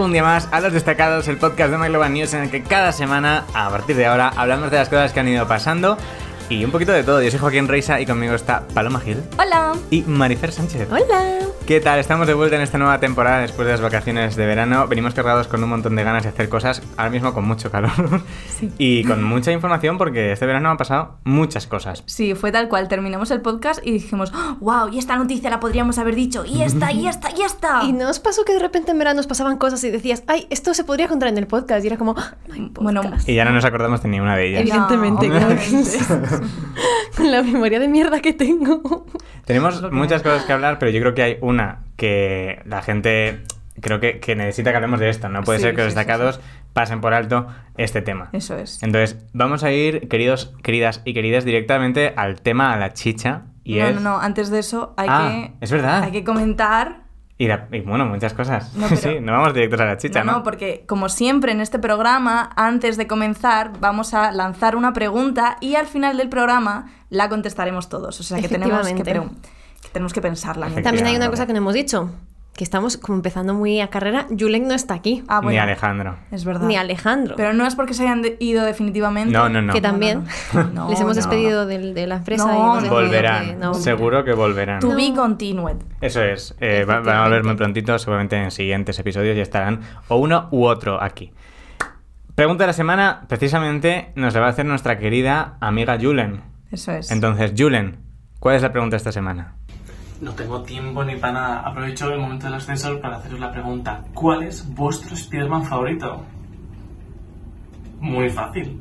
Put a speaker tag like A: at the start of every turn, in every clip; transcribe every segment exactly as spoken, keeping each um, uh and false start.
A: un día más a Los Destacados, el podcast de My Global News en el que cada semana, a partir de ahora, hablamos de las cosas que han ido pasando y un poquito de todo. Yo soy Joaquín Reisa y conmigo está Paloma Gil.
B: Hola.
A: Y Marifer Sánchez.
B: Hola.
A: ¿Qué tal? Estamos de vuelta en esta nueva temporada después de las vacaciones de verano. Venimos cargados con un montón de ganas de hacer cosas, ahora mismo con mucho calor. Sí. Y con mucha información porque este verano han pasado muchas cosas.
B: Sí, fue tal cual. Terminamos el podcast y dijimos, wow, y esta noticia la podríamos haber dicho, y esta, y esta, y esta.
C: Y no os pasó que de repente en verano nos pasaban cosas y decías, ay, esto se podría contar en el podcast. Y era como, ah, no hay podcast.
B: Bueno,
A: y ya no nos acordamos de ninguna de ellas.
C: Evidentemente,
B: no,
C: claro que sí. Con la memoria de mierda que tengo.
A: Tenemos muchas cosas que hablar, pero yo creo que hay una que la gente creo que, que necesita que hablemos de esto. No puede
B: sí,
A: ser que
B: sí,
A: los destacados
B: sí, sí.
A: pasen por alto este tema.
B: Eso es.
A: Entonces, vamos a ir, queridos, queridas y queridas, directamente al tema, a la chicha. Y
B: no,
A: es...
B: no, no, antes de eso hay
A: ah,
B: que...
A: es verdad.
B: Hay que comentar...
A: Y, la, y bueno, muchas cosas.
B: No, pero...
A: sí, no vamos directos a la chicha, ¿no?
B: No, no, porque como siempre en este programa, antes de comenzar, vamos a lanzar una pregunta y al final del programa la contestaremos todos. O sea que tenemos que, pre- que, tenemos que pensarla.
C: También hay una cosa que no hemos dicho, que estamos como empezando muy a carrera. Julen no está aquí.
B: Ah, bueno,
A: ni Alejandro.
B: Es verdad.
C: Ni Alejandro.
B: Pero no es porque se hayan de- ido definitivamente.
A: No, no, no.
C: Que también
B: no, no, no.
C: les hemos
B: no.
C: despedido de, de la empresa.
B: No,
C: y hemos decidido
A: volverán.
C: que no.
A: Seguro que volverán.
B: To
C: No.
B: be continued.
A: Eso es. Eh, va- van a ver muy prontito, seguramente en siguientes episodios ya estarán o uno u otro aquí. Pregunta de la semana, precisamente nos la va a hacer nuestra querida amiga Julen.
B: Eso es.
A: Entonces, Julen, ¿cuál es la pregunta de esta semana?
D: No tengo tiempo ni para nada. Aprovecho el momento del ascensor para haceros la pregunta. ¿Cuál es vuestro Spider-Man favorito? Muy fácil.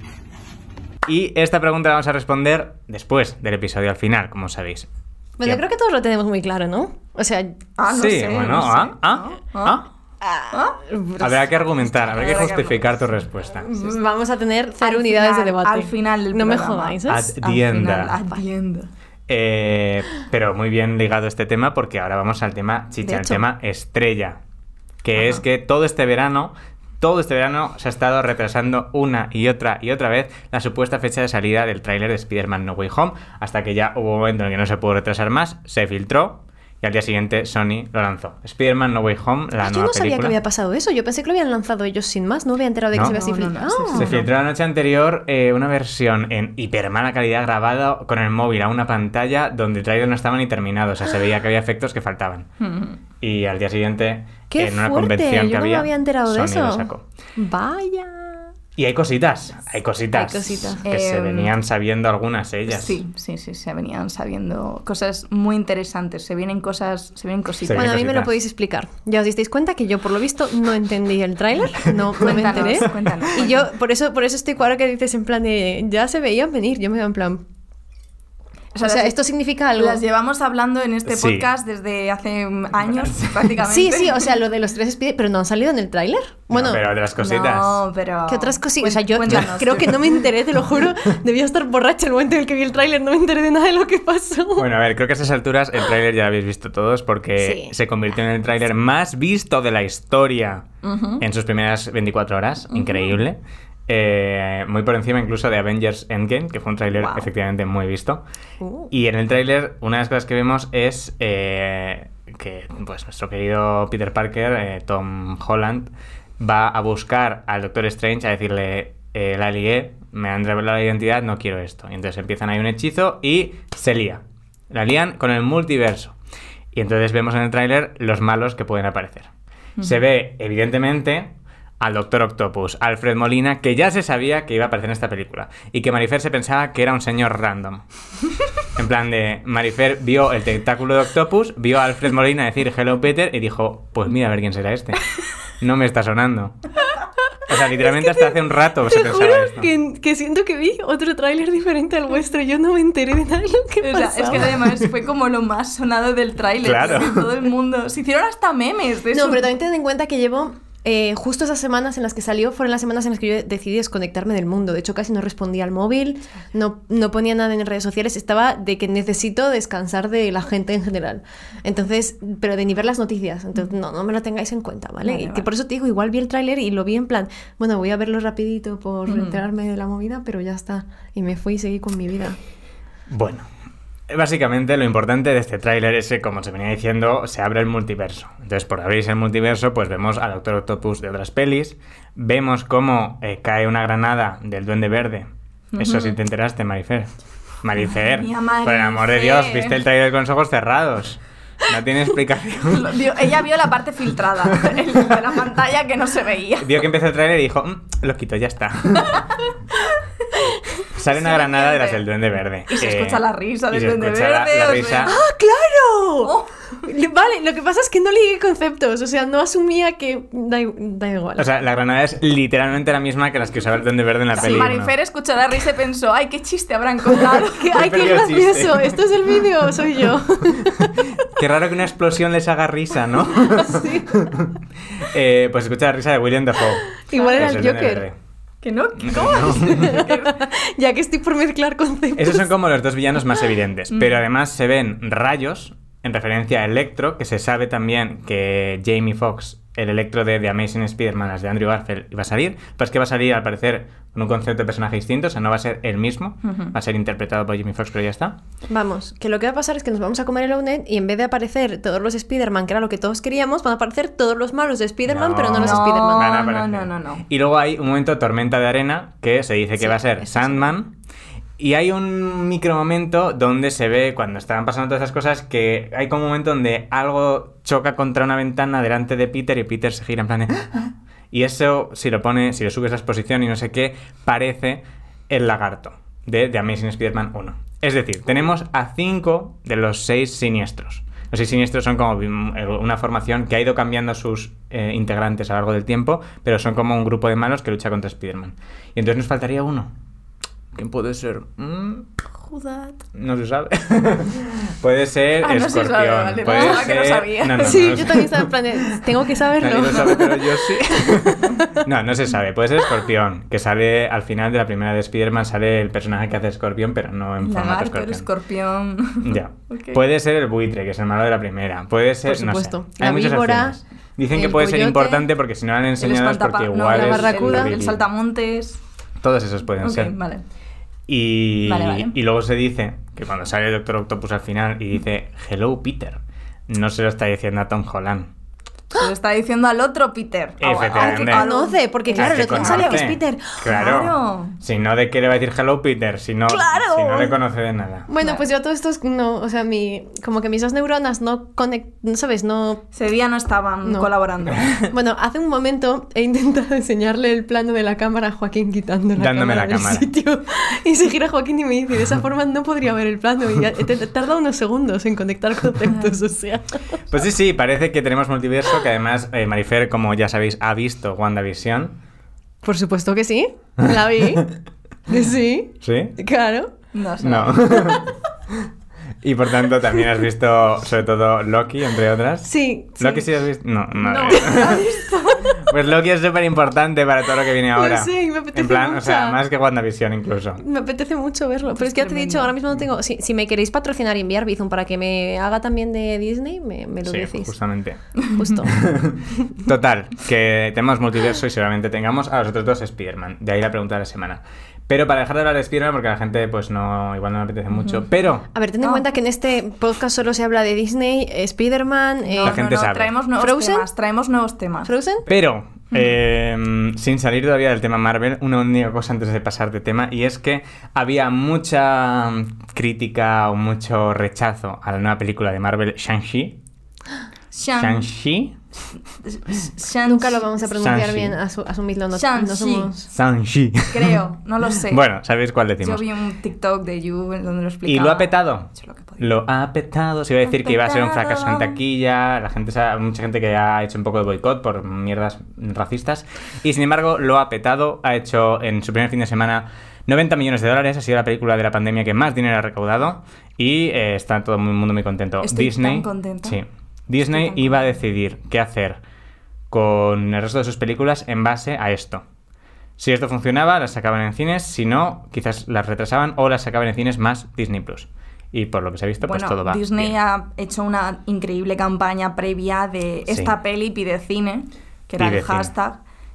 A: Y esta pregunta la vamos a responder después del episodio, al final, como sabéis.
C: Bueno, yo creo que todos lo tenemos muy claro, ¿no? O sea,
B: Ah, no
A: sí,
B: sé,
A: bueno,
B: no sé.
A: ah, ah, ah.
B: ¿Ah?
A: Habrá que argumentar, habrá que
B: Habrá que
A: justificar tu respuesta.
C: vamos a tener cero
B: Al
C: unidades
B: final,
C: de debate.
B: al final del
C: No me
B: programa.
C: jodáis, ¿eh?
A: At
B: Al
A: the end.
B: final, at the end.
A: Eh, pero muy bien ligado este tema porque ahora vamos al tema chicha,
C: De
A: el
C: hecho.
A: tema estrella, que
B: Ajá.
A: es que todo este verano, todo este verano se ha estado retrasando una y otra y otra vez la supuesta fecha de salida del tráiler de Spider-Man No Way Home, hasta que ya hubo un momento en el que no se pudo retrasar más, se filtró y al día siguiente Sony lo lanzó. Spider-Man No Way Home, la
C: Ah, yo
A: nueva
C: no sabía
A: película.
C: que había pasado eso. Yo pensé que lo habían lanzado ellos sin más. No había enterado de
A: No.
C: que se había
B: No, no,
C: filtrado.
B: no, se
A: Se
B: Ah.
A: filtró la noche anterior eh, una versión en hiper mala calidad grabada con el móvil a una pantalla donde el trailer no estaba ni terminado, o sea, se veía que había efectos que faltaban. Y al día siguiente,
C: ¡Qué
A: en una
C: fuerte!
A: convención
C: Yo
A: que
C: no
A: había,
C: me había enterado de
A: Sony
C: eso.
A: lo sacó.
C: Vaya.
A: Y hay cositas, hay cositas,
C: Hay cositas.
A: que se
B: Em,
A: venían sabiendo algunas ellas.
B: Sí, sí, sí, se venían sabiendo cosas muy interesantes. Se vienen cosas, se vienen cositas.
A: Se
C: Bueno, a mí me
A: cositas.
C: lo podéis explicar. Ya os disteis cuenta que yo, por lo visto, no entendí el tráiler. No, no me
B: Cuéntanos,
C: enteré.
B: cuéntanos,
C: Y yo,
B: cuéntanos.
C: por eso, por eso estoy ahora que dices en plan de... Ya se veían venir. Yo me iba en plan... O sea,
B: las-
C: esto significa algo.
B: Las llevamos hablando en este
A: Sí.
B: podcast desde hace años, prácticamente.
C: Sí, sí, o sea, lo de los tres Spider... Pero no han salido en el tráiler. Bueno,
A: No, pero otras cositas.
B: No, pero...
C: ¿qué otras cosillas? O sea, yo, yo
B: Cuéntanos,
C: creo que no me enteré, te lo juro. Debía estar borracha el momento en el que vi el tráiler. No me enteré de nada de lo que pasó.
A: Bueno, a ver, creo que a esas alturas el tráiler ya lo habéis visto todos porque
C: Sí.
A: se convirtió en el tráiler más visto de la historia
B: Ujú.
A: en sus primeras veinticuatro horas. Increíble. Eh, muy por encima incluso de Avengers Endgame, que fue un tráiler
B: Wow.
A: efectivamente muy visto.
C: Uh.
A: Y en el tráiler una de las cosas que vemos es eh, que pues, nuestro querido Peter Parker, eh, Tom Holland, va a buscar al Doctor Strange a decirle, eh, la lié, me han revelado la identidad, no quiero esto. Y entonces empiezan ahí un hechizo y se lía. La lían con el multiverso. Y entonces vemos en el tráiler los malos que pueden aparecer. Se ve, evidentemente, al Doctor Octopus, Alfred Molina, que ya se sabía que iba a aparecer en esta película. Y que Marifer se pensaba que era un señor random. En plan de, Marifer vio el tentáculo de Octopus, vio a Alfred Molina decir Hello Peter y dijo, pues mira a ver quién será este. No me está sonando. O sea, literalmente hasta hace un rato se
C: Te
A: pensaba
C: juro
A: esto.
C: que, que siento que vi otro tráiler diferente al vuestro. Yo no me enteré de nada de lo que
B: O sea,
C: pasaba.
B: es que además fue como lo más sonado del tráiler.
A: Claro.
B: Es que todo el mundo... Se hicieron hasta memes de eso.
C: No, pero también ten en cuenta que llevo... Eh, justo esas semanas en las que salió fueron las semanas en las que yo decidí desconectarme del mundo. De hecho, casi no respondía al móvil, no, no ponía nada en redes sociales. Estaba de que necesito descansar de la gente en general. Entonces, pero de ni ver las noticias. Entonces, no, no me lo tengáis en cuenta, ¿vale?
B: Vale,
C: y
B: vale.
C: que por eso te digo, igual vi el tráiler y lo vi en plan, bueno, voy a verlo rapidito por
B: Ujú.
C: enterarme de la movida, pero ya está. Y me fui y seguí con mi vida.
A: Bueno, Básicamente lo importante de este tráiler es que, como se venía diciendo, se abre el multiverso. Entonces, por abrirse el multiverso, pues vemos al Doctor Octopus de otras pelis, vemos cómo eh, cae una granada del Duende Verde. Uh-huh. Eso sí te enteraste, Marifer. Marifer,
B: Mía,
A: por el amor de Dios, viste el tráiler con los ojos cerrados. No tiene explicación.
B: Vio, ella vio la parte filtrada de la pantalla que no se veía.
A: Vio que empezó el tráiler y dijo, mmm, lo quito, ya está. Sale una granada de las del Duende Verde.
B: Y se
A: eh,
B: escucha la risa del Duende Verde.
A: La, la risa.
C: ¡Ah, claro! Oh. Vale, lo que pasa es que no ligué conceptos. O sea, no asumía que... Da, da igual.
A: O sea, la granada es literalmente la misma que las que usaba el Duende Verde en la
B: sí,
A: peli.
B: Marifer ¿no? escuchó la risa y pensó, ¡ay, qué chiste habrán contado!
C: ¡Ay, qué gracioso! ¿Esto es el vídeo? Soy yo.
A: Qué raro que una explosión les haga risa, ¿no? Sí. eh, pues escucha la risa de William Dafoe.
C: Igual era el Joker.
B: ¿Que no? ¿Cómo? No.
C: Ya que estoy por mezclar conceptos.
A: Esos son como los dos villanos más evidentes. Mm. Pero además se ven rayos en referencia a Electro, que se sabe también que Jamie Foxx, el Electro de The Amazing Spider-Man, las de Andrew Garfield, iba a salir. Pues que va a salir, al parecer, con un concepto de personaje distinto. O sea, no va a ser el mismo. Uh-huh. Va a ser interpretado por Jamie Foxx, pero ya está.
C: Vamos, que lo que va a pasar es que nos vamos a comer el Ownet y en vez de aparecer todos los Spider-Man, que era lo que todos queríamos, van a aparecer todos los malos de Spider-Man, no, pero no los
B: no,
C: Spider-Man.
A: Van a
B: no, no, no, no.
A: Y luego hay un momento Tormenta de Arena, que se dice que sí, va a ser Sandman. Sí. Y hay un micro momento donde se ve, cuando estaban pasando todas esas cosas, que hay como un momento donde algo choca contra una ventana delante de Peter y Peter se gira en plan de... Y eso, si lo pone, si le subes la exposición y no sé qué, parece el lagarto de The Amazing Spider-Man uno. Es decir, tenemos a cinco de los seis siniestros. Los seis siniestros son como una formación que ha ido cambiando sus eh, integrantes a lo largo del tiempo, pero son como un grupo de malos que lucha contra Spider-Man. Y entonces nos faltaría uno. ¿Quién puede ser? ¿Mm?
B: Judat.
A: No se sabe. Puede ser
B: ah, no
A: Escorpión.
B: Se sabe, vale.
A: Puede
B: no,
A: ser...
B: que no sabía.
C: No, no, sí, no, yo también estaba en plan de... Tengo que saberlo.
A: Nadie lo sabe, pero yo sí. No, no se sabe. Puede ser Escorpión, que sale al final de la primera de Spider-Man, sale el personaje que hace Escorpión, pero no en formato Escorpión.
B: El escorpión.
A: Ya. Okay. Puede ser el buitre, que es el malo de la primera. Puede ser...
C: Por supuesto.
A: No sé. Hay
C: la
A: muchas
C: víbora,
A: opciones. Dicen que puede
C: coyote,
A: ser importante porque si no lo han enseñado es porque igual
B: no,
A: es...
B: La barracuda,
A: el,
B: el saltamontes...
A: Todos esos pueden
B: okay,
A: ser.
B: Vale.
A: Y,
B: vale, vale.
A: y luego se dice que cuando sale el Doctor Octopus al final y dice Hello Peter, no se lo está diciendo a Tom Holland,
B: se lo está diciendo al otro Peter.
A: Efectivamente.
C: Al que conoce, porque claro, lo que sale que es Peter.
A: Claro. claro. Si no, ¿de qué le va a decir Hello Peter? Si no,
B: claro.
A: si no le conoce de nada.
C: Bueno,
B: claro.
C: pues yo todo esto es no, o sea, mi como que mis dos neuronas no conectan, ¿sabes? No
B: ese día no estaban no. colaborando.
C: Bueno, hace un momento he intentado enseñarle el plano de la cámara a Joaquín quitando la
A: Dándome
C: cámara
A: la cámara.
C: del sitio. Y se gira Joaquín y me dice, de esa forma no podría ver el plano y ya, he tardado unos segundos en conectar conceptos, o sea.
A: Pues sí, sí, parece que tenemos multiverso, que además eh, Marifer, como ya sabéis, ha visto WandaVision.
C: Por supuesto que sí, la vi. Sí.
A: ¿Sí?
C: Claro.
B: No sé.
A: No. Y por tanto también has visto sobre todo Loki, entre otras.
C: Sí.
A: ¿Loki
C: sí,
A: sí has visto? No, no.
C: No, ¿has visto?
A: Pues Loki es súper importante para todo lo que viene ahora.
C: No sé, me apetece
A: En plan,
C: mucho.
A: o sea, más que WandaVision incluso.
C: Me apetece mucho verlo. Pero es, es que ya te he dicho, ahora mismo no tengo... Si, si me queréis patrocinar y enviar Bizum para que me haga también de Disney, me, me lo
A: sí,
C: decís.
A: justamente.
C: Justo.
A: Total, que tenemos multiverso y seguramente tengamos a los otros dos Spider-Man. De ahí la pregunta de la semana. Pero para dejar de hablar de Spider-Man, porque a la gente pues no, igual no le apetece mucho, uh-huh. pero...
C: A ver, ten en oh. cuenta que en este podcast solo se habla de Disney, Spider-Man...
B: No,
C: eh,
A: la gente
B: no, no,
A: sabe.
B: Traemos nuevos
C: ¿Frozen?
B: temas, traemos nuevos temas.
C: ¿Frozen?
A: Pero, uh-huh. eh, sin salir todavía del tema Marvel, una única cosa antes de pasar de tema, y es que había mucha crítica o mucho rechazo a la nueva película de Marvel, Shang-Chi.
B: Shang-
A: Shang-Chi.
C: Shang- Nunca lo vamos a pronunciar
A: Shang-Chi.
C: bien, asu- asumirlo, no,
B: Shang-Chi.
C: no somos...
A: Shang-Chi.
B: Creo, no lo sé.
A: Bueno, ¿sabéis cuál decimos?
B: Yo vi un TikTok de You donde lo explicaba.
A: ¿Y lo ha petado?
B: Lo,
A: lo ha petado. Se iba a decir que iba a ser un fracaso en taquilla. La gente sabe, mucha gente que ha hecho un poco de boicot por mierdas racistas. Y sin embargo, lo ha petado. Ha hecho en su primer fin de semana noventa millones de dólares. Ha sido la película de la pandemia que más dinero ha recaudado. Y eh, está todo el mundo muy contento.
B: Estoy
A: Disney,
B: tan contenta.
A: Sí. Disney iba a decidir qué hacer con el resto de sus películas en base a esto. Si esto funcionaba, las sacaban en cines. Si no, quizás las retrasaban o las sacaban en cines más Disney Plus. Y por lo que se ha visto,
B: bueno,
A: pues todo va
B: Disney
A: bien.
B: ha hecho una increíble campaña previa de esta
A: sí.
B: peli pide cine, que era
A: Pide
B: el
A: cine.
B: hashtag.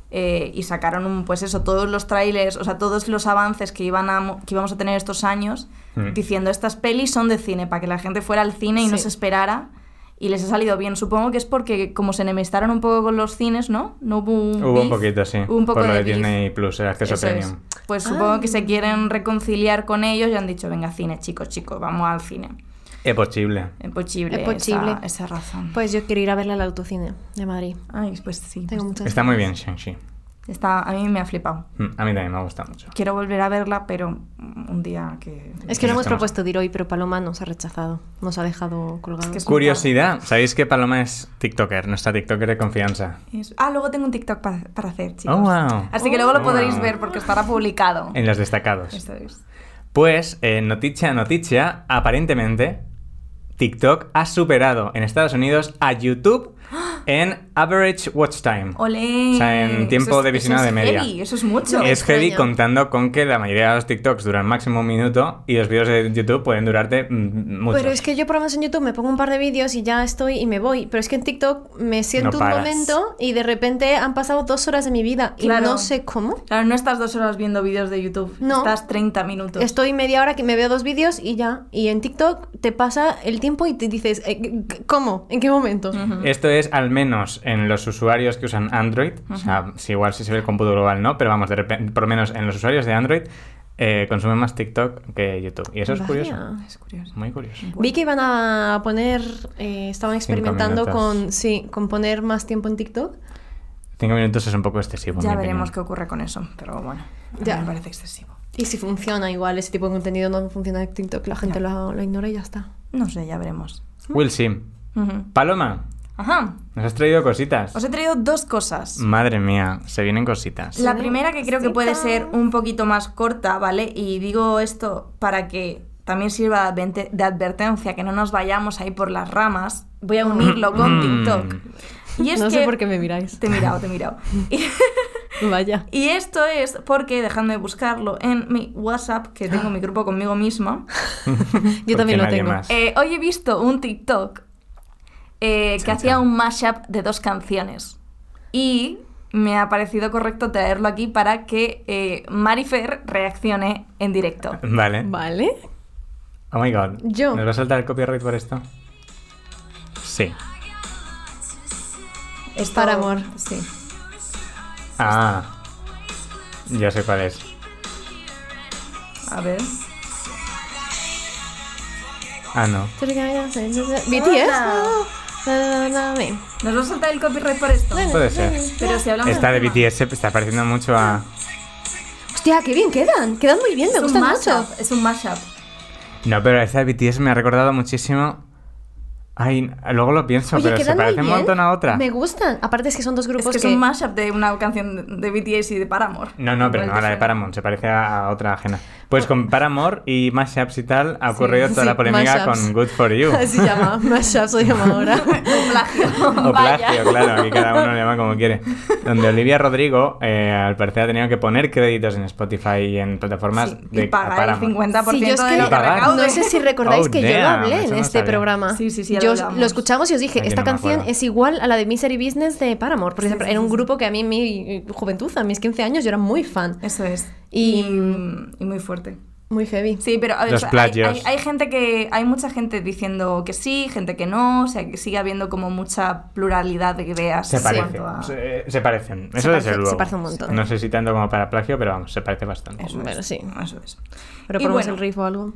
B: eh, y sacaron, un, pues eso, todos los trailers, o sea, todos los avances que, iban a, que íbamos a tener estos años, mm. diciendo, estas pelis son de cine, para que la gente fuera al cine y sí. no se esperara. Y les ha salido bien. Supongo que es porque como se enemistaron un poco con los cines, ¿no? No hubo un
A: Hubo
B: beef,
A: un poquito, sí.
B: Hubo un poco
A: por lo de,
B: de
A: Disney Plus, el acceso
B: Eso
A: premium.
B: Es. Pues
C: ah.
B: supongo que se quieren reconciliar con ellos y han dicho, venga, cine, chicos, chicos, vamos al cine.
A: Es posible.
B: Es posible.
C: Es posible.
B: Esa, esa razón.
C: Pues yo quiero ir a verla al Autocine de Madrid.
B: Ay, pues sí.
C: Tengo muchas
A: Está muy bien, Shang-Chi.
B: Está, a mí me ha flipado.
A: A mí también me ha gustado mucho.
B: Quiero volver a verla, pero un día que...
C: Es que lo hemos
A: estamos...
C: propuesto de ir hoy, pero Paloma nos ha rechazado. Nos ha dejado colgados. Es que es
A: Curiosidad, ¿sabéis que Paloma es TikToker? Nuestra TikToker de confianza.
B: Es... Ah, luego tengo un TikTok pa- para hacer, chicos.
A: Oh, wow.
B: Así que luego lo
A: oh,
B: podréis
A: wow.
B: ver porque estará publicado.
A: En los destacados.
B: Eso es.
A: Pues, eh, noticia, noticia, aparentemente TikTok ha superado en Estados Unidos a YouTube en average watch time.
B: ¡Olé!
A: O sea, en tiempo
B: eso es,
A: de visionado
B: eso es
A: de media.
B: Heavy, eso es mucho.
A: Es heavy
C: extraño.
A: contando con que la mayoría de los TikToks duran máximo un minuto y los vídeos de YouTube pueden durarte mm, mucho.
C: Pero es que yo por lo menos en YouTube me pongo un par de vídeos y ya estoy y me voy. Pero es que en TikTok me siento
A: No
C: un
A: paras.
C: momento y de repente han pasado dos horas de mi vida y
B: Claro.
C: no sé cómo.
B: Claro, no estás dos horas viendo vídeos de YouTube.
C: No.
B: Estás treinta minutos.
C: Estoy media hora que me veo dos vídeos y ya. Y en TikTok te pasa el tiempo y te dices, eh, ¿cómo? ¿En qué momento?
B: Uh-huh.
A: Esto es al menos en los usuarios que usan Android. Uh-huh. O sea, si igual si se ve el cómputo global no, pero vamos, de repente, por lo menos en los usuarios de Android eh, consumen más TikTok que YouTube. Y eso es
C: Vaya.
A: curioso.
B: Es curioso.
A: Muy curioso.
B: Bueno.
C: Vi que iban a poner, eh, estaban experimentando
A: minutos.
C: con, sí, con poner más tiempo en TikTok.
A: Cinco minutos es un poco excesivo. en
B: Ya
A: mi
B: veremos
A: opinión.
B: qué ocurre con eso, pero bueno, a
C: Ya.
B: mí me parece excesivo.
C: Y si funciona igual, ese tipo de contenido no funciona en TikTok, la gente lo, lo ignora y ya está.
B: No sé, ya veremos.
A: Will sí.
B: Uh-huh.
A: Paloma,
B: Ajá.
A: nos has traído cositas.
B: Os he traído dos cosas.
A: Madre mía, se vienen cositas.
B: La primera, que creo que puede ser un poquito más corta, ¿vale? Y digo esto para que también sirva de adverte- de advertencia, que no nos vayamos ahí por las ramas. Voy a unirlo con
A: Mm.
B: TikTok. Y es
C: no
B: que...
C: sé por qué me miráis.
B: Te he mirado, te he mirado. Y...
C: Vaya.
B: Y esto es porque, dejadme buscarlo en mi WhatsApp, que tengo mi grupo conmigo misma,
C: Yo también lo
A: nadie
C: tengo.
A: más.
B: eh, hoy he visto un TikTok eh, que
A: Chan,
B: hacía
A: chan.
B: un mashup de dos canciones. Y me ha parecido correcto traerlo aquí para que eh, Marifer reaccione en directo.
A: Vale.
C: Vale.
A: Oh my god.
C: Yo.
A: ¿Nos va a saltar el copyright por esto? Sí.
B: Esto-
C: Para amor.
B: Sí.
A: Ah. Ya sé cuál es.
B: A ver.
A: Ah, no.
C: B T S.
B: ¿Nos va a saltar el copyright por esto?
A: Puede ser.
B: Pero si hablamos
A: Esta de
B: encima.
A: B T S se está pareciendo mucho a...
C: Hostia, qué bien quedan. Quedan muy bien, me
B: Es un
C: gustan
B: mashup,
C: mucho.
B: es un mashup.
A: No, pero esta de B T S me ha recordado muchísimo... Ay, luego lo pienso,
C: Oye,
A: pero se
C: quedan muy
A: parece un
C: bien.
A: montón a otra.
C: Me gustan. Aparte es que son dos
B: Es
C: grupos
B: que es
C: que...
B: un mashup de una canción de B T S y de Paramore.
A: No, no, pero no a la de Paramount, se parece a, a otra ajena. Pues con Paramore y mashups y tal ha ocurrido
C: Sí,
A: toda
C: sí,
A: la polémica
C: mashups.
A: con Good For You.
C: Así se llama. Mashup se llama ahora.
B: O plagio.
A: O
B: Vaya.
A: plagio, claro, aquí cada uno le llama como quiere. Donde Olivia Rodrigo, eh, al parecer, ha tenido que poner créditos en Spotify y en plataformas
B: Sí,
A: de
B: y pagar el
A: Paramount.
B: cincuenta por
C: Sí, yo
B: ciento
C: es
B: de
C: que
B: lo que
A: pagar.
B: recaude.
C: no sé si recordáis
A: Oh,
C: que yo lo
A: damn,
C: hablé
A: eso
C: en
A: no
C: este
A: sabía.
C: programa.
B: Sí, sí, sí, ya
C: Yo
B: lo
C: os-
B: hablamos.
C: lo escuchamos y os dije,
A: Ay, yo
C: esta
A: no me
C: canción
A: acuerdo.
C: es igual a la de Misery Business de Paramore. Por
B: Sí,
C: ejemplo,
B: sí,
C: era
B: sí,
C: un
B: sí.
C: grupo que a mí en mi juventud, a mis quince años, yo era muy fan.
B: Eso es.
C: Y-
B: Y, y muy fuerte.
C: Muy heavy.
B: Sí, pero a ver,
A: Los
B: o sea,
A: plagios.
B: hay, hay, hay gente que. Hay mucha gente diciendo que sí, gente que no. O sea, que sigue habiendo como mucha pluralidad de ideas.
A: Se
B: en
A: parecen,
B: cuanto a-
A: se, se parecen,
C: Se
A: eso
C: parece-
A: desde luego.
C: se parece un montón.
A: No sé si tanto como para plagio, pero vamos, se parece bastante.
B: Eso
C: Bueno,
B: es,
C: sí.
B: Eso es.
C: Pero
B: Y
C: ponemos
B: bueno.
C: el riff o algo.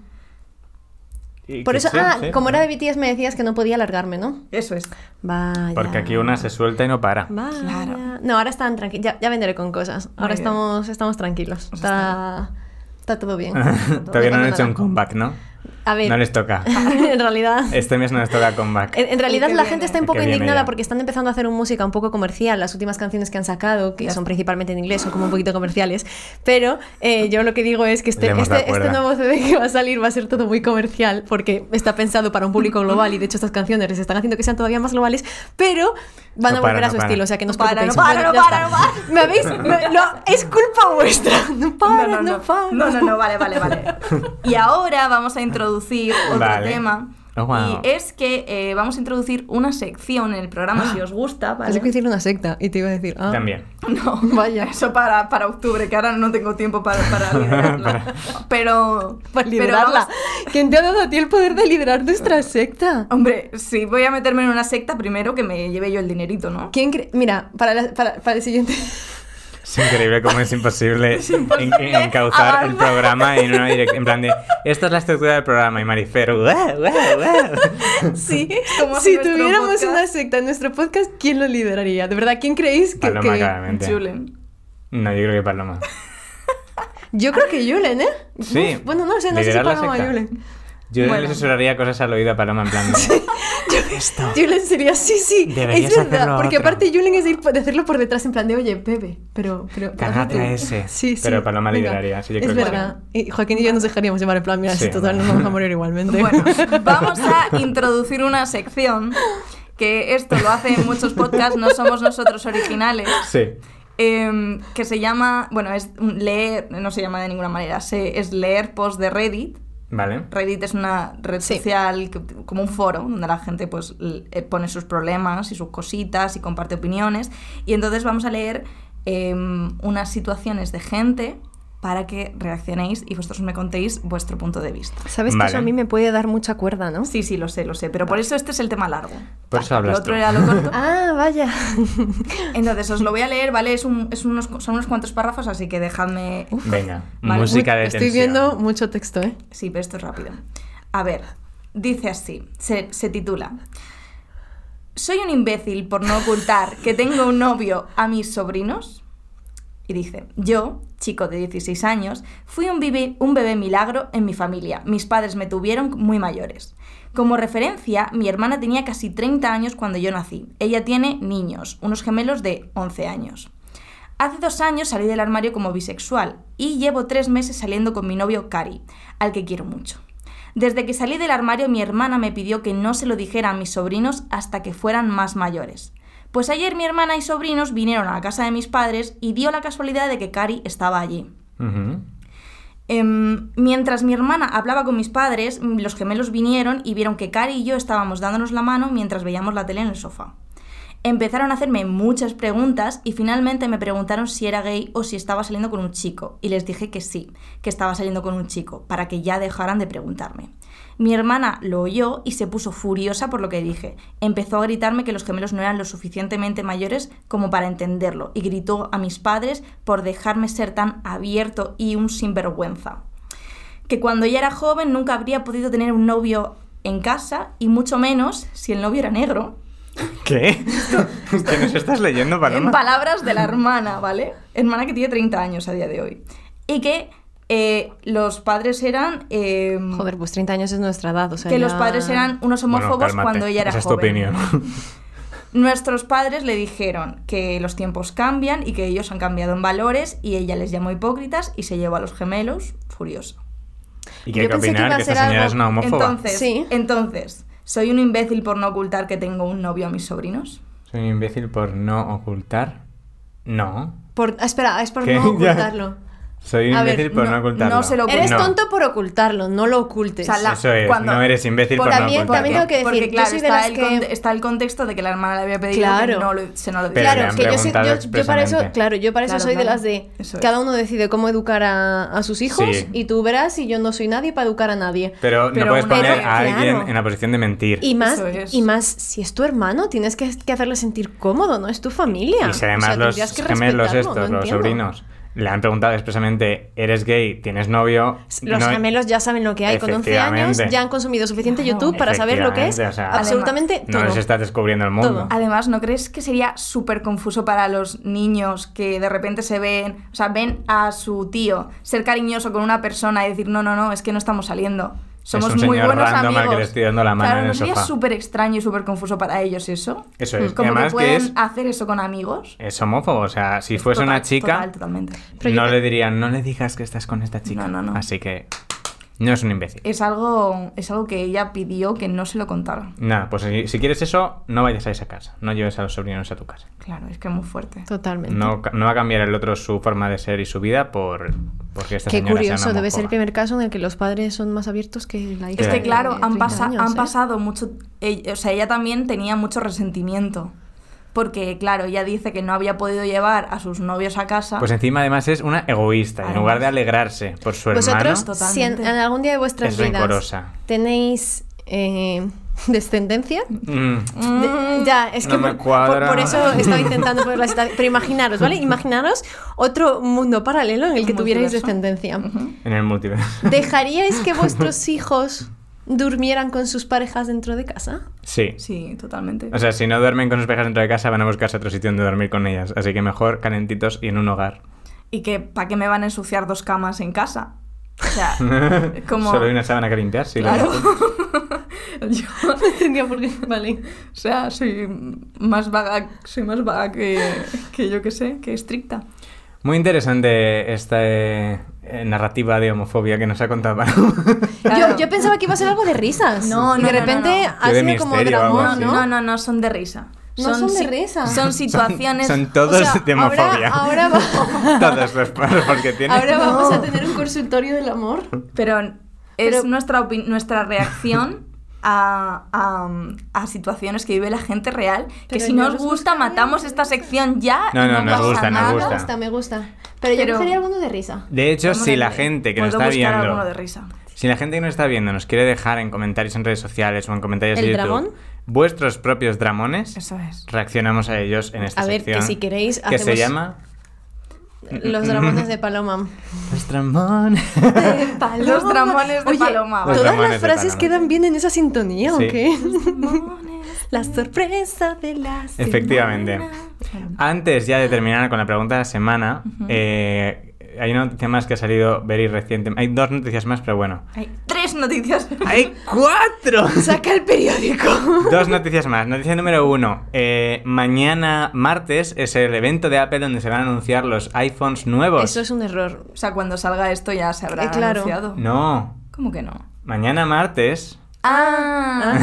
A: Y
C: Por
A: que
C: eso,
A: sí,
C: ah,
A: sí,
C: como
A: sí.
C: era de B T S me decías que no podía alargarme, ¿no?
B: Eso es.
C: Vaya.
A: Porque aquí una se suelta y no para.
C: Vaya.
B: Claro.
C: No, ahora están tranquilos. Ya, ya vendré con cosas. Ahora
B: bien.
C: estamos, estamos tranquilos.
B: Pues
C: Está, está todo bien.
A: Todavía no han
C: pasa
A: hecho un
C: nada.
A: comeback, ¿no?
C: A ver,
A: No les toca.
C: en realidad...
A: Este mes no les toca comeback.
C: En, en realidad
B: que
C: la
B: viene.
C: gente está un
A: El
C: poco
A: que viene
C: indignada
A: ya.
C: porque están empezando a hacer una música un poco comercial. Las últimas canciones que han sacado, que
B: Ya
C: son
B: está.
C: principalmente en inglés, son como un poquito comerciales. Pero eh, yo lo que digo es que este,
A: Leemos la
C: este, este
A: cuerda.
C: nuevo C D que va a salir va a ser todo muy comercial porque está pensado para un público global y de hecho estas canciones les están haciendo que sean todavía más globales, pero van
A: No
C: a
A: para,
C: volver a
A: no
C: su
A: para.
C: estilo, o sea que no os
B: No para,
C: preocupéis.
B: no para,
C: Bueno,
B: no
C: ya
B: para,
C: está.
B: no para.
C: ¿Me habéis? Me- no, es culpa vuestra. No para, no,
B: no, no,
C: para.
B: no, no, no, vale, vale, vale. Y ahora vamos a introducir otro
A: Vale.
B: tema,
A: Oh, wow.
B: Y es que eh, vamos a introducir una sección en el programa, si os gusta, ¿vale?
C: Has que decir una secta y te iba a decir, ah,
A: También.
B: No,
C: vaya.
B: eso para, para octubre, que ahora no tengo tiempo para, para liderarla. Pero...
C: Para
B: pero
C: liderarla.
B: vamos-
C: ¿Quién te ha dado a ti el poder de liderar nuestra secta?
B: Hombre, sí, voy a meterme en una secta primero que me lleve yo el dinerito, ¿no?
C: ¿Quién cree? Mira, para, la- para, para el siguiente...
A: Es increíble cómo es imposible, en- en- encauzar el programa en una dirección. En plan de, esta es la estructura del programa. Y Marifer, ¡guau, guau, guau!
B: Sí, como
C: Si
B: nuestro
C: tuviéramos
B: podcast.
C: una secta en nuestro podcast, ¿quién lo lideraría? De verdad, ¿quién creéis que...?
A: Paloma,
C: que-
A: claramente.
B: Julen.
A: No, yo creo que Paloma.
C: Yo creo que Julen, ¿eh?
A: Sí.
C: Uf, bueno, no sé, no sé si
A: Liderar la
C: Paloma o
A: secta.
C: Julen.
A: Yo
B: Bueno.
A: le asesoraría cosas al oído a Paloma en plan de, esto.
C: Julen sería, sí, sí,
A: Deberías
C: es verdad.
A: hacerlo
C: Porque
A: otro.
C: aparte Julen es de, ir- de hacerlo por detrás en plan de, oye, bebe, pero... pero
A: Cárgate
C: hazlo tú.
A: a ese.
C: Sí, sí.
A: Pero Paloma
C: venga.
A: lideraría, sí, yo
C: Es
A: creo que
C: verdad. Y Joaquín y yo nos dejaríamos llevar en plan, mira,
A: Sí,
C: si total
A: bueno.
C: nos vamos a morir igualmente.
B: Bueno, vamos a introducir una sección que esto lo hacen muchos podcasts, no somos nosotros originales.
A: Sí.
B: em, que se llama, bueno, es un leer, no se llama de ninguna manera, se, es leer post de Reddit.
A: Vale.
B: Reddit es una red
C: Sí.
B: social, que- como un foro, donde la gente pues l- eh, pone sus problemas y sus cositas y comparte opiniones. Y entonces vamos a leer em, unas situaciones de gente para que reaccionéis y vosotros me contéis vuestro punto de vista.
C: Sabes que
A: Vale.
C: eso a mí me puede dar mucha cuerda, ¿no?
B: Sí, sí, lo sé, lo sé, pero por eso este es el tema largo.
A: Por eso hablas
B: Lo otro
A: tú.
B: era lo corto.
C: Ah, vaya.
B: Entonces os lo voy a leer, ¿vale? Es un, es unos, son unos cuantos párrafos, así que dejadme...
A: Venga,
B: Vale,
A: música de
C: Estoy
A: tensión.
C: viendo mucho texto, ¿eh?
B: Sí, pero esto es rápido. A ver, dice así, se, se titula: ¿Soy un imbécil por no ocultar que tengo un novio a mis sobrinos? Y dice: yo, chico de dieciséis años, fui un bebé, un bebé milagro en mi familia. Mis padres me tuvieron muy mayores. Como referencia, mi hermana tenía casi treinta años cuando yo nací. Ella tiene niños, unos gemelos de once años. Hace dos años salí del armario como bisexual y llevo tres meses saliendo con mi novio Cari, al que quiero mucho. Desde que salí del armario, mi hermana me pidió que no se lo dijera a mis sobrinos hasta que fueran más mayores. Pues ayer mi hermana y sobrinos vinieron a la casa de mis padres y dio la casualidad de que Cari estaba allí.
A: Ujú.
B: Em, mientras mi hermana hablaba con mis padres, los gemelos vinieron y vieron que Cari y yo estábamos dándonos la mano mientras veíamos la tele en el sofá. Empezaron a hacerme muchas preguntas y finalmente me preguntaron si era gay o si estaba saliendo con un chico. Y les dije que sí, que estaba saliendo con un chico, para que ya dejaran de preguntarme. Mi hermana lo oyó y se puso furiosa por lo que dije. Empezó a gritarme que los gemelos no eran lo suficientemente mayores como para entenderlo y gritó a mis padres por dejarme ser tan abierto y un sinvergüenza. Que cuando ella era joven nunca habría podido tener un novio en casa y mucho menos si el novio era negro.
A: ¿Qué? ¿Qué nos estás leyendo, Paloma?
B: En palabras de la hermana, ¿vale? Hermana que tiene treinta años a día de hoy. Y que eh, los padres eran... eh,
C: Joder, pues treinta años es nuestra edad, o sea,
B: que
C: ya-
B: los padres eran unos
A: Bueno,
B: homófobos
A: cálmate,
B: cuando ella era
A: esa es tu
B: joven.
A: opinión.
B: Nuestros padres le dijeron que los tiempos cambian y que ellos han cambiado en valores y ella les llamó hipócritas y se llevó a los gemelos furioso.
A: ¿Y qué hay
C: Yo
A: que
C: pensé que
A: opinar?
C: iba a
A: Que esta
C: ser
A: señora
C: algo-
A: es una homófoba.
B: Entonces,
C: Sí.
B: entonces, ¿soy un imbécil por no ocultar que tengo un novio a mis sobrinos?
A: ¿Soy un imbécil por no ocultar? No.
C: Por... ah, espera, es por
A: ¿Qué?
C: no
A: Ya.
C: ocultarlo.
A: Soy un
C: A ver,
A: imbécil por no,
B: no-
A: ocultarlo.
B: no se lo
C: Eres
A: No.
C: tonto por ocultarlo, no lo ocultes.
B: O sea, la-
A: Eso es,
B: cuando-
A: no eres imbécil por,
B: por-
A: no
C: También-
A: ocultarlo.
C: también tengo que decir,
B: Porque
C: yo
B: claro,
C: soy de
B: está,
C: las
B: el
C: que-
B: conte- está el contexto de que la hermana le había pedido
C: Claro.
B: que no lo, se no lo
A: Pero
B: dijera.
A: le
C: Claro,
A: han
C: que yo, soy-
A: preguntado
C: yo- yo para eso,
A: expresamente.
C: claro, yo para eso
B: Claro,
C: soy de
B: claro.
C: las de
B: Eso
C: cada
B: es.
C: uno decide cómo educar a, a sus hijos
A: Sí.
C: y tú verás y yo no soy nadie para educar a nadie.
A: Pero,
B: Pero
A: no puedes
B: una-
A: poner
B: Pero,
A: a alguien
C: claro.
A: en la posición de mentir.
C: Y más,
B: Eso es.
C: y más, si es tu hermano, tienes que, que hacerle sentir cómodo, no es tu familia.
A: Y si además
C: O sea,
A: los
C: tendrías que
A: gemelos
C: respetarlo,
A: estos,
C: no
A: los
C: entiendo.
A: sobrinos, le han preguntado expresamente, ¿eres gay? ¿Tienes novio?
C: Los
A: No-
C: gemelos ya saben lo que hay. Con once años
A: Efectivamente.
C: ya han consumido suficiente
B: Claro.
C: YouTube para saber lo que es
A: Efectivamente, o sea,
C: absolutamente
A: No
C: todo.
A: les estás descubriendo el mundo.
C: Todo.
B: Además, ¿no crees que sería súper confuso para los niños que de repente se ven, o sea, ven a su tío ser cariñoso con una persona y decir, no, no, no, es que no estamos saliendo? Somos
A: un
B: muy
A: señor
B: buenos
A: random al
B: amigos.
A: que le estoy dando la mano
B: claro,
A: en
B: ¿no
A: el
B: sería
A: sofá?
B: súper extraño y súper confuso para ellos eso?
A: Eso es. Y
B: Como que
A: además que
B: pueden
A: es,
B: hacer eso con amigos.
A: es homófobo. O sea, si fuese
B: Total,
A: una chica,
B: Total, totalmente.
C: Pero
A: no
C: yo-
A: le dirían, no le digas que estás con esta chica.
B: No, no, no.
A: Así que... No es un imbécil.
B: Es algo, es algo que ella pidió que no se lo contara.
A: Nada, pues si, si quieres eso, no vayas a esa casa. No lleves a los sobrinos a tu casa.
B: Claro, es que es muy fuerte.
C: Totalmente.
A: No, no va a cambiar el otro su forma de ser y su vida por porque esta
C: Qué
A: señora sea
C: curioso,
A: una
C: debe ser el
A: homófoba.
C: primer caso en el que los padres son más abiertos que la hija.
B: Es
A: Claro.
B: que claro,
C: de
B: han,
C: treinta
B: pasa-
C: años,
B: han
C: ¿eh?
B: pasado mucho... ella- o sea, ella también tenía mucho resentimiento. Porque, claro, ella dice que no había podido llevar a sus novios a casa.
A: Pues encima además es una egoísta. En lugar de
B: Además.
A: alegrarse por su
C: Vosotros,
A: hermano,
C: si en,
B: Totalmente.
C: en algún día de vuestras
A: es
C: vidas
A: rencorosa.
C: tenéis eh, descendencia,
A: Mm,
C: de- ya, es que
A: No me
C: por,
A: cuadra.
C: por- por eso estaba intentando poner la situación. Pero imaginaros, ¿vale? Imaginaros otro mundo paralelo en el que
B: Un
C: tuvierais
B: multiverso.
C: descendencia.
A: en el multiverso.
C: ¿Dejaríais que vuestros hijos durmieran con sus parejas dentro de casa?
A: Sí.
B: Sí, totalmente.
A: O sea, si no duermen con sus parejas dentro de casa, van a buscarse otro sitio donde dormir con ellas. Así que mejor calentitos y en un hogar.
B: Y que, ¿para qué me van a ensuciar dos camas en casa? O sea, como...
A: Solo hay una sábana que limpiar, sí.
B: Claro.
A: lo-
B: Yo,
C: No entendía por qué. Vale.
B: o sea, soy más vaga, soy más vaga que, que yo que sé, que estricta.
A: Muy interesante esta eh, eh, narrativa de homofobia que nos ha contado Paloma.
B: Claro.
C: Yo, yo pensaba que iba a ser algo de risas.
B: No,
C: y
B: no,
C: de
B: no,
C: repente
B: no, no.
C: ha
A: Yo de
C: sido como
A: misterio o algo
C: drama,
A: así.
C: ¿no?
B: No, no, no, son de risa.
C: No son de
B: si-
C: risa.
B: Son situaciones...
A: Son todos
C: O sea,
A: de homofobia.
C: Ahora, ahora, va-
A: Todos los párrafos que tienen.
C: ahora vamos
B: No.
C: a tener un consultorio del amor.
B: Pero es
C: Pero-
B: nuestra, opi- nuestra reacción a, a, a situaciones que vive la gente real. Que
C: Pero
B: si
C: no
B: no os
C: nos
B: gusta,
C: gustaría.
B: matamos esta sección ya.
A: No,
B: y
A: no, nos
B: pasa
A: gusta, nos
B: nada.
C: Me
A: gusta.
C: gusta, me gusta. Pero, yo
B: Pero-
C: cogería alguno de risa.
A: De hecho,
B: Vamos
A: si
B: a
A: la
B: ver.
A: gente que nos
B: Puedo
A: está
B: buscar
A: viendo...
B: alguno de risa.
A: Si la gente que nos está viendo nos quiere dejar en comentarios en redes sociales o en comentarios
C: ¿El
A: de YouTube
C: dragón?
A: vuestros propios dramones,
B: Eso es.
A: reaccionamos a ellos en esta
C: A ver,
A: sección
C: que si queréis
A: que se
C: hacemos-
A: llama
C: Los dramones de Paloma.
A: Los dramones.
B: Los dramones de
C: Oye,
B: Paloma.
A: Los
C: ¿todas
A: dramones
C: las
A: de
C: frases
A: Paloma.
C: quedan bien en esa sintonía
A: Sí.
C: o qué? La sorpresa de la semana.
A: Efectivamente. Antes ya de terminar con la pregunta de la semana, eh, hay una noticia más que ha salido very reciente. Hay dos noticias más, pero bueno.
B: Hay tres noticias.
A: ¡Hay cuatro!
C: Saca el periódico.
A: Dos noticias más. Noticia número uno. Eh, mañana martes es el evento de Apple donde se van a anunciar los iPhones nuevos.
C: Eso es un error.
B: O sea, cuando salga esto ya se habrá
C: Eh, claro.
B: anunciado.
A: No.
B: ¿Cómo que no?
A: Mañana martes...
B: Ah.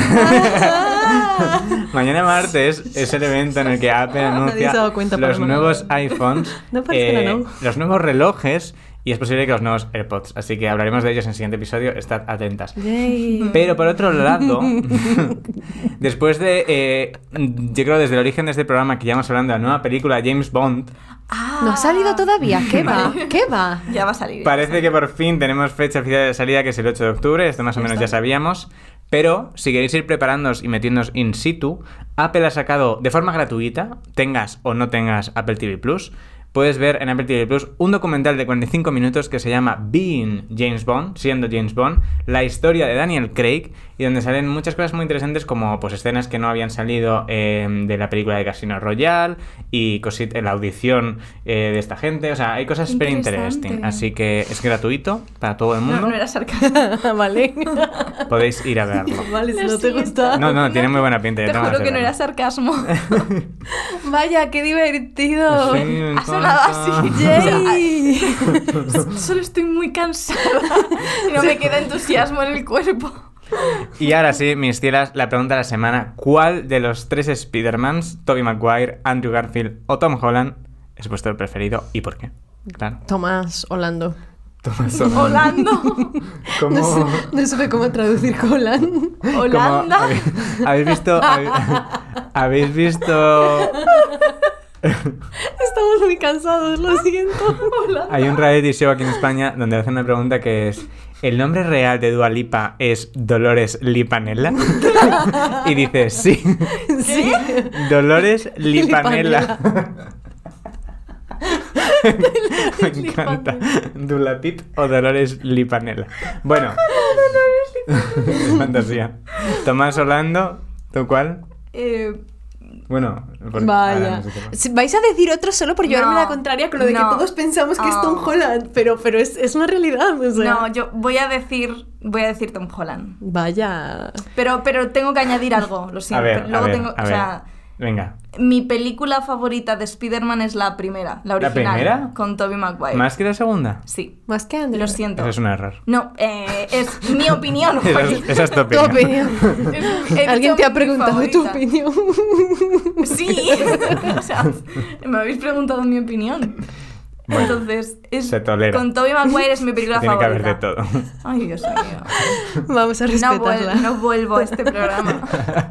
A: Mañana martes es el evento en el que Apple
C: Nadie
A: anuncia
C: se ha dado cuenta,
A: los
C: Paloma.
A: nuevos iPhones,
C: No parece que no.
A: los nuevos relojes y es posible que los nuevos AirPods. Así que hablaremos de ellos en el siguiente episodio. Estad atentas.
C: Yay.
A: Pero por otro lado, después de, eh, yo creo desde el origen de este programa que ya hemos hablando de la nueva película James Bond,
B: Ah.
C: ¿No ha salido todavía? ¿Qué va? ¿Qué va?
B: Ya va a salir.
A: parece que por fin tenemos fecha oficial de salida, que es el ocho de octubre. Esto más o menos ya sabíamos. Pero si queréis ir preparándoos y metiéndoos in situ, Apple ha sacado de forma gratuita, tengas o no tengas Apple T V Plus, puedes ver en Apple T V Plus un documental de cuarenta y cinco minutos que se llama Being James Bond, siendo James Bond, la historia de Daniel Craig, y donde salen muchas cosas muy interesantes como pues escenas que no habían salido eh, de la película de Casino Royale y cosit en la audición eh, de esta gente. O sea, hay cosas súper
B: Interesante.
A: interesting. Así que es gratuito para todo el mundo.
B: No, no era sarcasmo.
C: Vale.
A: Podéis ir a verlo.
C: Vale, si
B: Lo
C: no te
B: siento.
C: gusta.
A: No, no, tiene muy buena pinta. ya
B: Te
A: tengo
B: juro
A: ganas
B: que
A: de
B: no era
A: verlo.
B: sarcasmo.
C: Vaya, qué divertido.
A: Sí, me
B: Ha sonado
A: encanta.
B: así.
C: Yay.
B: Solo estoy muy cansada y no me queda entusiasmo en el cuerpo.
A: Y ahora sí, mis cielas, la pregunta de la semana. ¿Cuál de los tres Spider-Mans, Tobey Maguire, Andrew Garfield o Tom Holland, es vuestro preferido y por qué? Claro.
C: Tomás Holando.
A: Tomás Holland.
B: Holando.
A: ¿Cómo?
C: No, sé- no supe cómo traducir Holland.
A: cómo-
B: Holanda.
A: ¿habéis, habéis visto? Habéis, habéis visto?
C: Estamos muy cansados, lo siento. Holanda.
A: Hay un reality show aquí en España donde hacen una pregunta que es: ¿el nombre real de Dua Lipa es Dolores Lipanela? Y dice, sí.
C: ¿Sí?
A: Dolores Lipanela. Me encanta. Dulapip o Dolores Lipanela. Bueno. Es fantasía. Tomás Holando, ¿tú cuál?
B: Eh,
A: Bueno, por- ahora
C: Vaya.
A: no sé qué más.
C: Si- Vais a decir otro solo por llevarme
B: No,
C: la contraria con lo de
B: no.
C: que todos pensamos que es Tom
B: Oh.
C: Holland, pero, pero es, es una realidad. O sea.
B: no, yo voy a decir voy a decir Tom Holland.
C: Vaya.
B: Pero, pero tengo que añadir algo, lo
A: A
B: siento.
A: ver,
B: Luego
A: a ver,
B: tengo,
A: a
B: o sea,
A: ver. Venga.
B: Mi película favorita de Spider-Man es la primera, la original.
A: ¿La primera?
B: Con Tobey Maguire.
A: ¿Más que la segunda?
B: Sí.
C: Más que Andrew.
B: Lo siento.
A: Eso es un error.
B: No, eh, es mi opinión.
A: Esa es, esa es tu
C: Tu
A: opinión.
C: opinión.
B: He
C: ¿Alguien
B: dicho
C: te ha
B: mi
C: preguntado
B: favorita.
C: tu opinión?
B: Sí. O sea, me habéis preguntado mi opinión.
A: Bueno,
B: Entonces, es,
A: se tolera.
B: con Tobey Maguire es mi película
A: Tiene que haber
B: favorita.
A: de todo.
B: Ay, Dios mío.
C: Vamos a
B: No,
C: respetarla.
B: vuel- no vuelvo a este programa.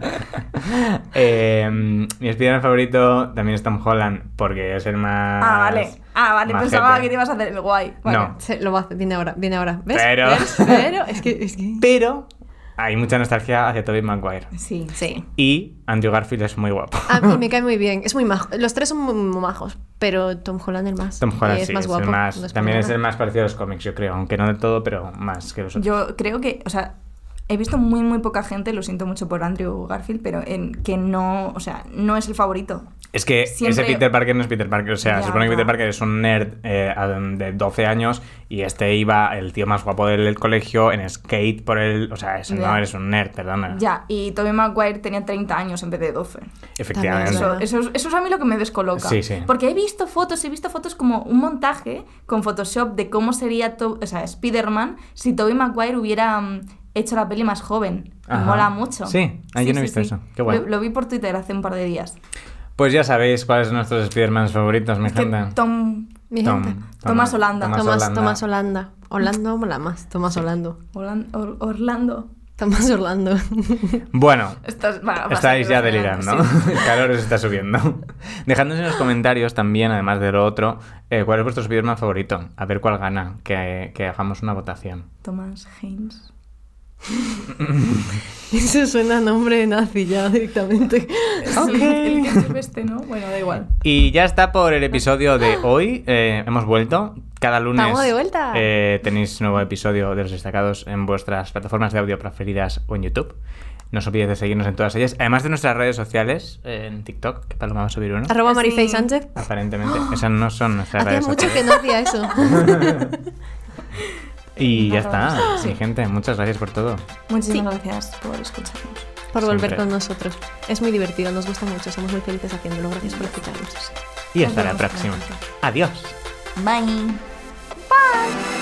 A: Eh, mi Spider-Man favorito también es Tom Holland, porque es el más...
B: Ah, vale. Ah, vale.
A: majete.
B: Pensaba que te ibas a hacer el guay. Vale.
A: No.
C: Se- lo va a hacer, viene ahora, viene ahora. ¿Ves?
A: Pero-
C: ¿Ves? Pero es que, es que...
A: Pero hay mucha nostalgia hacia Tobey Maguire.
B: Sí.
C: Sí.
A: Y Andrew Garfield es muy guapo.
C: A mí me cae muy bien. Es muy majo. Los tres son muy, muy majos, pero Tom Holland el más.
A: Tom Holland
C: es
A: sí,
C: más
A: es
C: guapo.
A: el más,
C: no es por
A: también es
C: nada.
A: el más parecido a los cómics, yo creo. Aunque no del todo, pero más que los otros.
B: Yo creo que, o sea, he visto muy, muy poca gente, lo siento mucho por Andrew Garfield, pero en que no, o sea, no es el favorito.
A: Es que
B: Siempre-
A: ese Peter Parker no es Peter Parker. O sea,
B: Ya,
A: se supone que
B: ya.
A: Peter Parker es un nerd eh, de doce años y este iba, el tío más guapo del, del colegio, en skate por el... O sea, eso no
B: Ya.
A: eres un nerd, perdona.
B: Ya, y Tobey Maguire tenía treinta años en vez de doce.
A: Efectivamente.
C: También
B: Eso, eso, es- eso es a mí lo que me descoloca.
A: Sí, sí.
B: Porque he visto fotos, he visto fotos como un montaje con Photoshop de cómo sería To- o sea, Spider-Man si Tobey Maguire hubiera mm, hecho la peli más joven. Y
A: Ajá.
B: mola mucho.
A: Sí, ah, yo no he visto eso. Qué guay.
B: Lo, lo vi por Twitter hace un par de días.
A: Pues ya sabéis cuáles son nuestros Spider-Man favoritos, mi
B: Es que
A: gente.
B: Tom...
C: Mi
A: Tom-
C: gente.
B: Tomás Holanda.
A: Tomás
C: Tomás,
A: Holanda.
C: Tomás Holanda. Holanda mola más. Tomás Holando.
B: Orlan- Or- Orlando.
C: Tomás Orlando.
A: Bueno,
B: Estás, va- va a
A: estáis
B: ser
A: ya
B: que
A: delirando,
B: sí.
A: ¿no? El calor os está subiendo. Dejadnos en los comentarios también, además de lo otro, eh, cuál es vuestro Spider-Man favorito. A ver cuál gana, que, que hagamos una votación.
B: Thomas Haynes.
C: Eso suena a nombre nazi ya directamente.
B: Sí, el que es este, ¿no? Bueno, da igual.
A: Y ya está por el episodio de hoy. Eh, hemos vuelto. Cada lunes
C: Estamos de vuelta.
A: eh, tenéis nuevo episodio de Los Destacados en vuestras plataformas de audio preferidas o en YouTube. No os olvidéis de seguirnos en todas ellas. Además de nuestras redes sociales, eh, en TikTok, que Paloma va a subir uno.
C: Arroba
B: Sí.
C: Marifei Sánchez.
A: Aparentemente. Esas no son nuestras
C: Hacía
A: redes
C: mucho
A: sociales.
C: que no hacía eso.
A: Y ya
B: Arroba
A: está.
B: sí.
A: Sí, gente, muchas gracias por todo.
B: Muchísimas gracias por escucharnos.
C: Por volver
A: Siempre.
C: con nosotros. Es muy divertido, nos gusta mucho, somos muy felices haciéndolo. Gracias por escucharnos.
A: Y
B: Nos
A: hasta la
B: vemos
A: próxima.
B: pronto.
A: Adiós.
B: Bye. Bye.